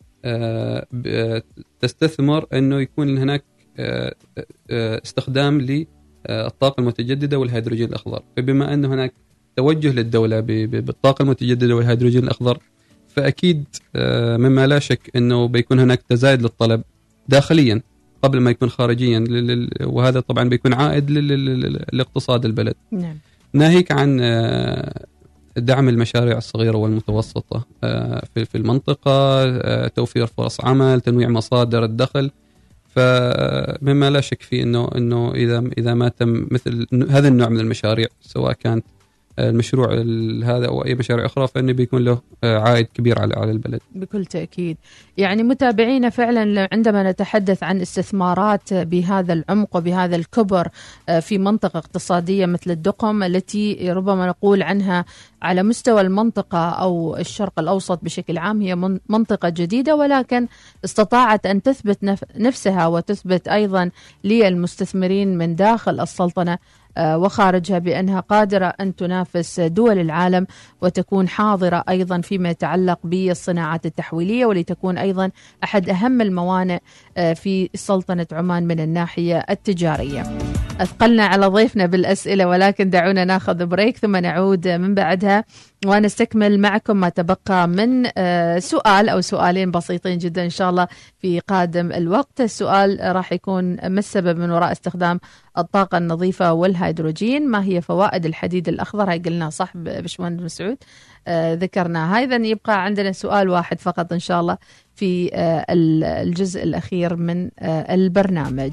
تستثمر أنه يكون هناك استخدام للطاقة المتجددة والهيدروجين الأخضر. فبما أنه هناك توجه للدولة بالطاقة المتجددة والهيدروجين الأخضر، فأكيد مما لا شك أنه بيكون هناك تزايد للطلب داخليا قبل ما يكون خارجيا، وهذا طبعا بيكون عائد لاقتصاد البلد. نعم. ناهيك عن دعم المشاريع الصغيرة والمتوسطة في المنطقة، توفير فرص عمل، تنويع مصادر الدخل. فمما لا شك فيه انه اذا ما تم مثل هذا النوع من المشاريع، سواء كانت المشروع هذا او اي مشاريع اخرى، فانه بيكون له عائد كبير على البلد بكل تاكيد. يعني متابعينا فعلا عندما نتحدث عن استثمارات بهذا العمق وبهذا الكبر في منطقه اقتصاديه مثل الدقم، التي ربما نقول عنها على مستوى المنطقه او الشرق الاوسط بشكل عام هي منطقه جديده، ولكن استطاعت ان تثبت نفسها وتثبت ايضا للمستثمرين من داخل السلطنه وخارجها بأنها قادرة أن تنافس دول العالم وتكون حاضرة أيضا فيما يتعلق بالصناعات التحويلية، ولتكون أيضا أحد أهم الموانئ في سلطنة عمان من الناحية التجارية. أثقلنا على ضيفنا بالأسئلة، ولكن دعونا ناخذ بريك ثم نعود من بعدها ونستكمل معكم ما تبقى من سؤال أو سؤالين بسيطين جدا إن شاء الله في قادم الوقت. السؤال راح يكون ما السبب من وراء استخدام الطاقة النظيفة والهيدروجين؟ ما هي فوائد الحديد الأخضر؟ هاي قلنا صح باشمهندس مسعود، ذكرناها. إذن يبقى عندنا سؤال واحد فقط إن شاء الله في الجزء الأخير من البرنامج.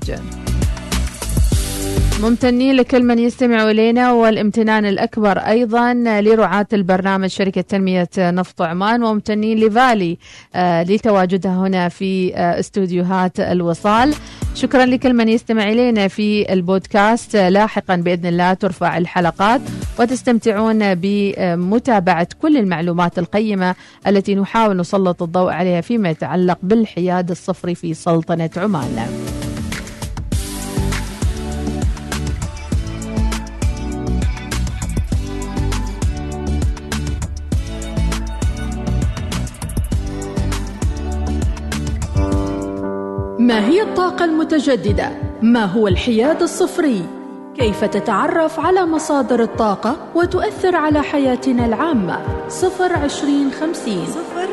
ممتنين لكل من يستمع إلينا، والامتنان الأكبر أيضا لرعاة البرنامج شركة تنمية نفط عمان، وممتنين لفالي لتواجدها هنا في استوديوهات الوصال. شكرا لكل من يستمع إلينا في البودكاست. لاحقا بإذن الله ترفع الحلقات وتستمتعون بمتابعة كل المعلومات القيمة التي نحاول نسلط الضوء عليها فيما يتعلق بالحياد الصفري في سلطنة عمان. ما هي الطاقة المتجددة؟ ما هو الحياد الصفري؟ كيف تتعرف على مصادر الطاقة وتؤثر على حياتنا العامة؟ 02050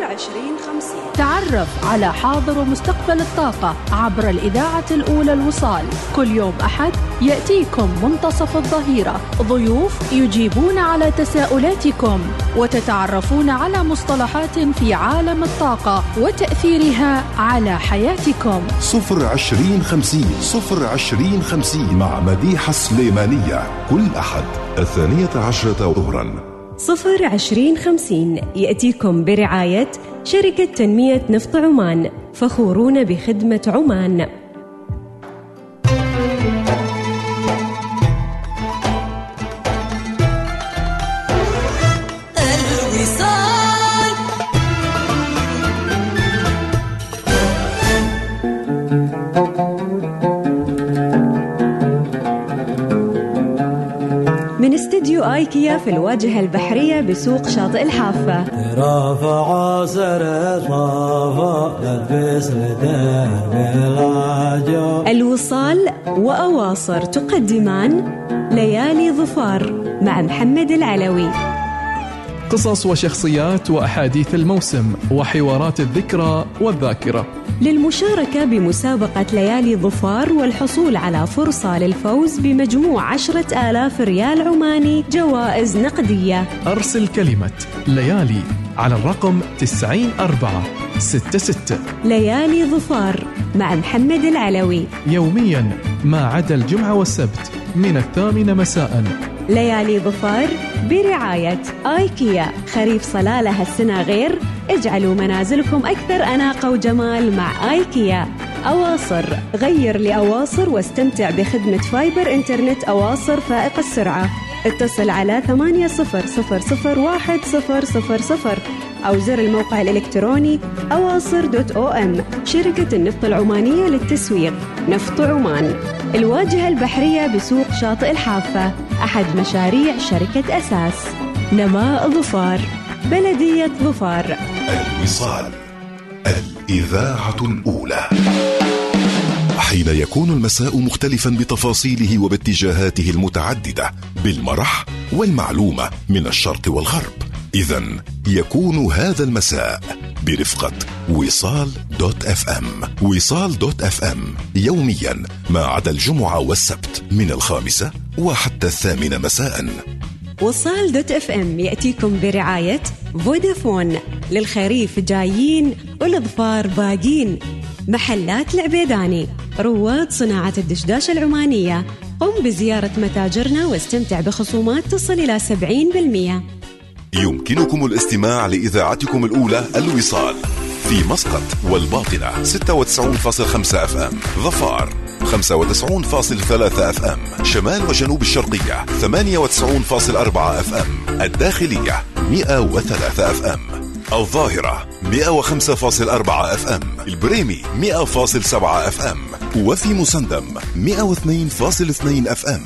تعرف على حاضر ومستقبل الطاقة عبر الإذاعة الأولى الوصال. كل يوم أحد يأتيكم منتصف الظهيرة ضيوف يجيبون على تساؤلاتكم وتتعرفون على مصطلحات في عالم الطاقة وتأثيرها على حياتكم. 02050 مع مديحة سليمانية كل أحد 12 ظهرا. 02050 يأتيكم برعاية شركة تنمية نفط عمان، فخورون بخدمة عمان. من استديو آيكيا في الواجهة البحرية بسوق شاطئ الحافة. الوصال وأواصر تقدمان ليالي ظفار مع محمد العلوي. قصص وشخصيات وأحاديث الموسم وحوارات الذكرى والذاكرة. للمشاركة بمسابقة ليالي ظفار والحصول على فرصة للفوز بمجموع 10,000 ريال عماني جوائز نقدية. أرسل كلمة ليالي على الرقم 90466. ليالي ظفار مع محمد العلوي يوميا ما عدا الجمعة والسبت من 8 مساء. ليالي ظفار برعاية آيكيا. خريف صلالة هالسنة غير، اجعلوا منازلكم أكثر أناقة وجمال مع آيكيا. أواصر، غير لأواصر واستمتع بخدمة فايبر إنترنت أواصر فائق السرعة. اتصل على 8000010000 أو زر الموقع الإلكتروني أواصر.om. شركة النفط العمانية للتسويق، نفط عمان. الواجهة البحرية بسوق شاطئ الحافة، أحد مشاريع شركة أساس. نماء ظفار، بلدية ظفار. الوصال، الإذاعة الأولى. حين يكون المساء مختلفا بتفاصيله وباتجاهاته المتعددة، بالمرح والمعلومة من الشرق والغرب، إذن يكون هذا المساء برفقة وصال.fm. وصال.fm يوميا ما عدا الجمعة والسبت من 5 وحتى 8 مساء. وصال.fm يأتيكم برعاية فودافون. للخريف جايين والظفار باقين. محلات العبيداني، رواد صناعة الدشداش العمانية. قم بزيارة متاجرنا واستمتع بخصومات تصل إلى 70%. يمكنكم الاستماع لإذاعتكم الأولى الوصال في مسقط والباطنة 96.5 FM، ظفار 95.3 FM، شمال وجنوب الشرقية 98.4 FM، الداخلية 103 FM، الظاهرة 105.4 FM، البريمي 100.7 FM، وفي مسندم 102.2 FM.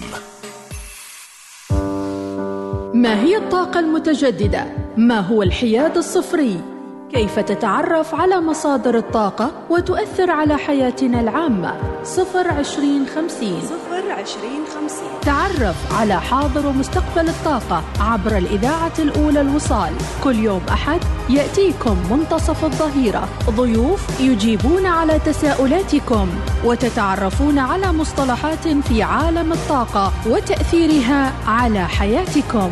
ما هي الطاقة المتجددة؟ ما هو الحياد الصفري؟ كيف تتعرف على مصادر الطاقة وتؤثر على حياتنا العامة؟ 02050. تعرف على حاضر ومستقبل الطاقة عبر الإذاعة الأولى الوصال. كل يوم أحد يأتيكم منتصف الظهيرة ضيوف يجيبون على تساؤلاتكم وتتعرفون على مصطلحات في عالم الطاقة وتأثيرها على حياتكم.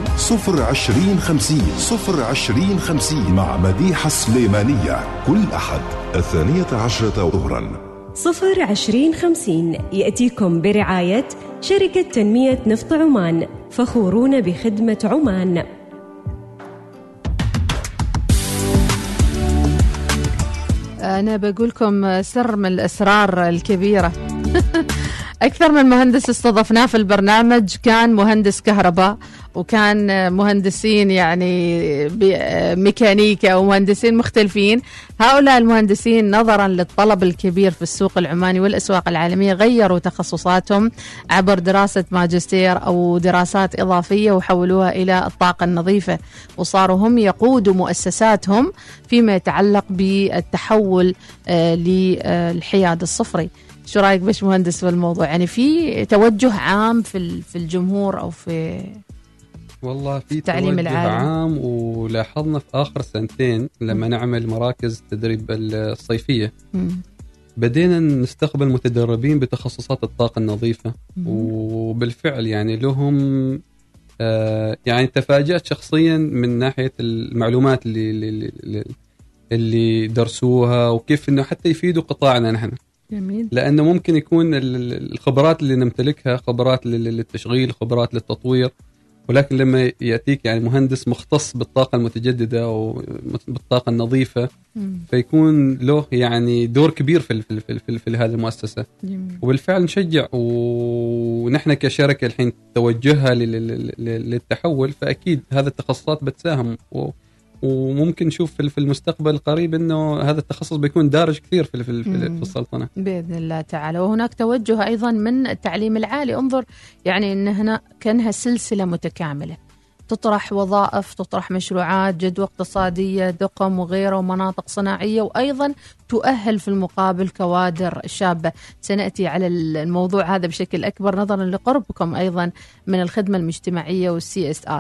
02050 مع مديحة سليمانية كل أحد 12 ظهرا. 02050 يأتيكم برعاية شركة تنمية نفط عمان، فخورون بخدمة عمان. أنا بقولكم سر من الأسرار الكبيرة. أكثر من مهندس استضفناه في البرنامج كان مهندس كهرباء، وكان مهندسين يعني ميكانيكا ومهندسين مختلفين. هؤلاء المهندسين نظرا للطلب الكبير في السوق العماني والأسواق العالمية غيروا تخصصاتهم عبر دراسة ماجستير أو دراسات إضافية وحولوها إلى الطاقة النظيفة، وصاروا هم يقودوا مؤسساتهم فيما يتعلق بالتحول للحياد الصفري. شو رايك باش مهندس بالموضوع؟ يعني في توجه عام في الجمهور او في والله في التعليم توجه العالي عام، ولاحظنا في اخر سنتين لما نعمل مراكز التدريب الصيفية بدينا نستقبل متدربين بتخصصات الطاقة النظيفة، وبالفعل يعني لهم يعني تفاجأت شخصيا من ناحية المعلومات اللي درسوها وكيف انه حتى يفيدوا قطاعنا نحن. جميل. لأنه ممكن يكون الخبرات اللي نمتلكها خبرات للتشغيل، خبرات للتطوير، ولكن لما يأتيك يعني مهندس مختص بالطاقة المتجددة أو بالطاقة النظيفة فيكون له يعني دور كبير في هذه المؤسسة. جميل. وبالفعل نشجع، ونحن كشركة الحين توجهها للتحول، فأكيد هذا التخصصات بتساهم، وممكن نشوف في المستقبل القريب انه هذا التخصص بيكون دارج كثير في السلطنة باذن الله تعالى. وهناك توجه ايضا من التعليم العالي. انظر يعني ان هنا كانها سلسله متكامله، تطرح وظائف، تطرح مشروعات، جدوى اقتصاديه، دقم وغيره، ومناطق صناعيه، وايضا تؤهل في المقابل كوادر شابه. سناتي على الموضوع هذا بشكل اكبر نظرا لقربكم ايضا من الخدمه المجتمعيه والCSR.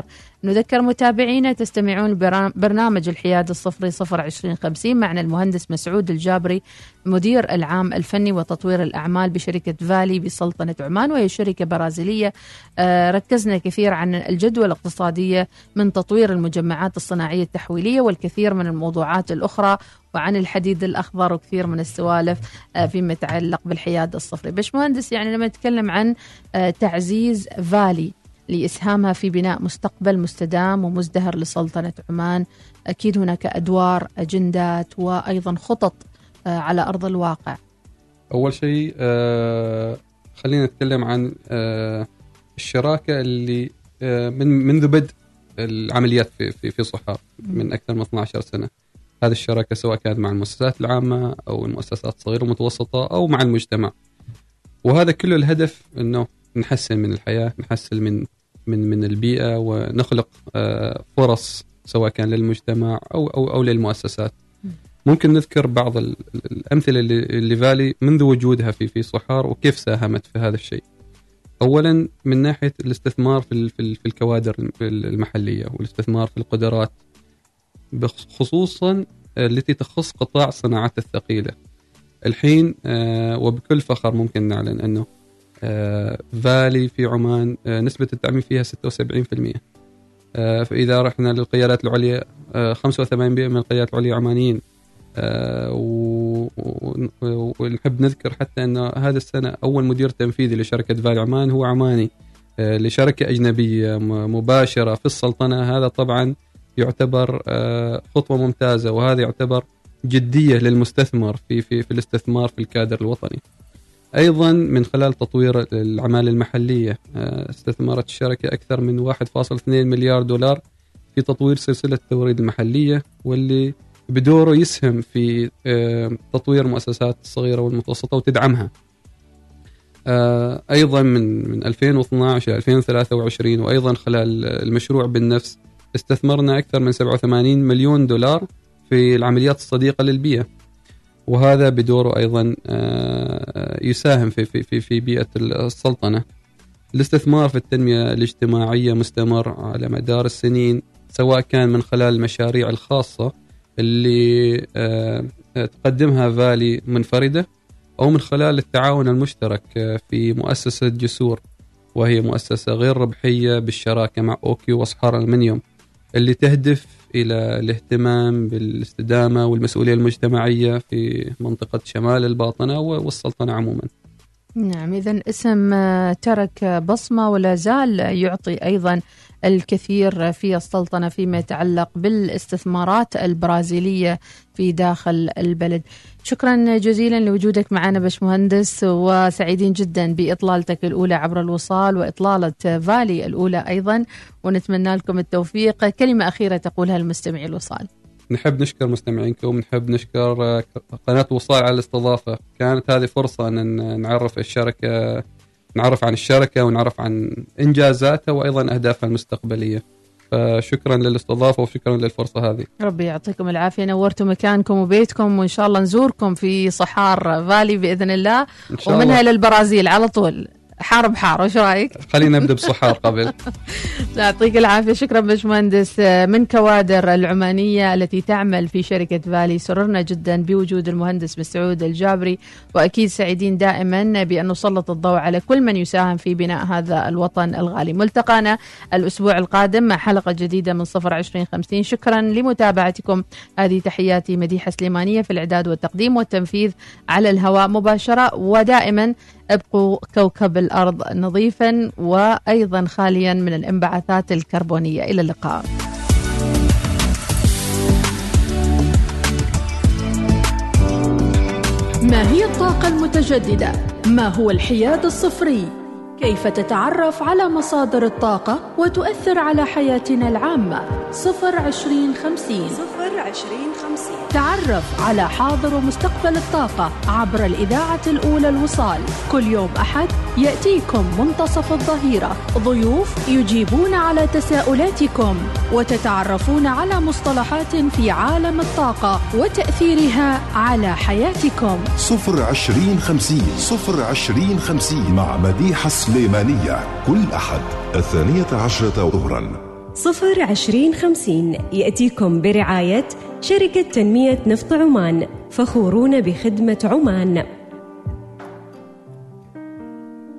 نذكر متابعينا تستمعون برنامج الحياد الصفري 02050 معنا المهندس مسعود الجابري مدير العام الفني وتطوير الأعمال بشركة فالي بسلطنة عمان، وهي شركة برازيلية. ركزنا كثير عن الجدوى الاقتصادية من تطوير المجمعات الصناعية التحويلية والكثير من الموضوعات الأخرى، وعن الحديد الأخضر وكثير من السوالف فيما يتعلق بالحياد الصفري. باشمهندس، يعني لما نتكلم عن تعزيز فالي لإسهامها في بناء مستقبل مستدام ومزدهر لسلطنة عمان، أكيد هناك أدوار، أجندات، وأيضا خطط على أرض الواقع. أول شيء خلينا نتكلم عن الشراكة اللي منذ بدء العمليات في صحار من أكثر من 12 سنة. هذه الشراكة سواء كانت مع المؤسسات العامة أو المؤسسات الصغيرة والمتوسطة أو مع المجتمع، وهذا كله الهدف أنه نحسن من الحياة، نحسن من البيئة، ونخلق فرص سواء كان للمجتمع أو للمؤسسات. ممكن نذكر بعض الأمثلة اللي فالي منذ وجودها في صحار وكيف ساهمت في هذا الشيء. أولا من ناحية الاستثمار في الكوادر المحلية والاستثمار في القدرات، خصوصا التي تخص قطاع الصناعات الثقيلة. الحين وبكل فخر ممكن نعلن أنه فالي في عمان نسبة التعميم فيها 76%. فإذا رحنا للقيادات العليا 85% من القيادات العليا عمانيين. ونحب نذكر حتى أن هذا السنة أول مدير تنفيذي لشركة فالي عمان هو عماني لشركة أجنبية مباشرة في السلطنة. هذا طبعا يعتبر خطوة ممتازة، وهذا يعتبر جدية للمستثمر في الاستثمار في الكادر الوطني. أيضا من خلال تطوير العمالة المحلية استثمرت الشركة أكثر من 1.2 مليار دولار في تطوير سلسلة التوريد المحلية، واللي بدوره يسهم في تطوير المؤسسات الصغيرة والمتوسطة وتدعمها. أيضا من 2012 إلى 2023 وأيضا خلال المشروع بالنفس استثمرنا أكثر من 87 مليون دولار في العمليات الصديقة للبيئة، وهذا بدوره أيضا يساهم في بيئة السلطنة. الاستثمار في التنمية الاجتماعية مستمر على مدار السنين، سواء كان من خلال المشاريع الخاصة اللي تقدمها فالي منفردة أو من خلال التعاون المشترك في مؤسسة جسور، وهي مؤسسة غير ربحية بالشراكة مع أوكيو وأصحار الألمنيوم، اللي تهدف إلى الاهتمام بالاستدامة والمسؤولية المجتمعية في منطقة شمال الباطنة والسلطنة عموما. نعم، إذن اسم ترك بصمة ولا زال يعطي أيضا الكثير في السلطنة فيما يتعلق بالاستثمارات البرازيلية في داخل البلد. شكرا جزيلا لوجودك معنا باشمهندس، وسعيدين جدا بإطلالتك الأولى عبر الوصال وإطلالة فالي الأولى أيضا، ونتمنى لكم التوفيق. كلمة أخيرة تقولها لمستمعي الوصال. نحب نشكر مستمعينكم، ونحب نشكر قناة وصال على الاستضافة. كانت هذه فرصة أن نعرف الشركة، نعرف عن الشركة ونعرف عن إنجازاتها وأيضا أهدافها المستقبلية. فشكرا للاستضافة وشكرا للفرصة هذه. ربي يعطيكم العافية، نورتوا مكانكم وبيتكم، وإن شاء الله نزوركم في صحار فالي بإذن الله، ومنها للبرازيل على طول، حار بحار. وش رايك؟ خلينا نبدأ بصحار قبل. يعطيك العافية. شكرا باشمهندس من كوادر العمانية التي تعمل في شركة فالي. سررنا جدا بوجود المهندس مسعود الجابري، وأكيد سعيدين دائما بأن نسلط الضوء على كل من يساهم في بناء هذا الوطن الغالي. ملتقانا الأسبوع القادم مع حلقة جديدة من 02050. شكرا لمتابعتكم. هذه تحياتي مديحة سليمانية في الإعداد والتقديم والتنفيذ على الهواء مباشرة، ودائما ابقوا كوكب الأرض نظيفا وأيضا خاليا من الانبعاثات الكربونية. إلى اللقاء. ما هي الطاقة المتجددة؟ ما هو الحياد الصفري؟ كيف تتعرف على مصادر الطاقة وتؤثر على حياتنا العامة؟ 02050. تعرف على حاضر ومستقبل الطاقة عبر الإذاعة الأولى الوصال. كل يوم أحد يأتيكم منتصف الظهيرة ضيوف يجيبون على تساؤلاتكم، وتتعرفون على مصطلحات في عالم الطاقة وتأثيرها على حياتكم. 02050 مع مديحة سليمانية كل أحد 12 ظهرا 02050 يأتيكم برعاية شركة تنمية نفط عمان، فخورون بخدمة عمان.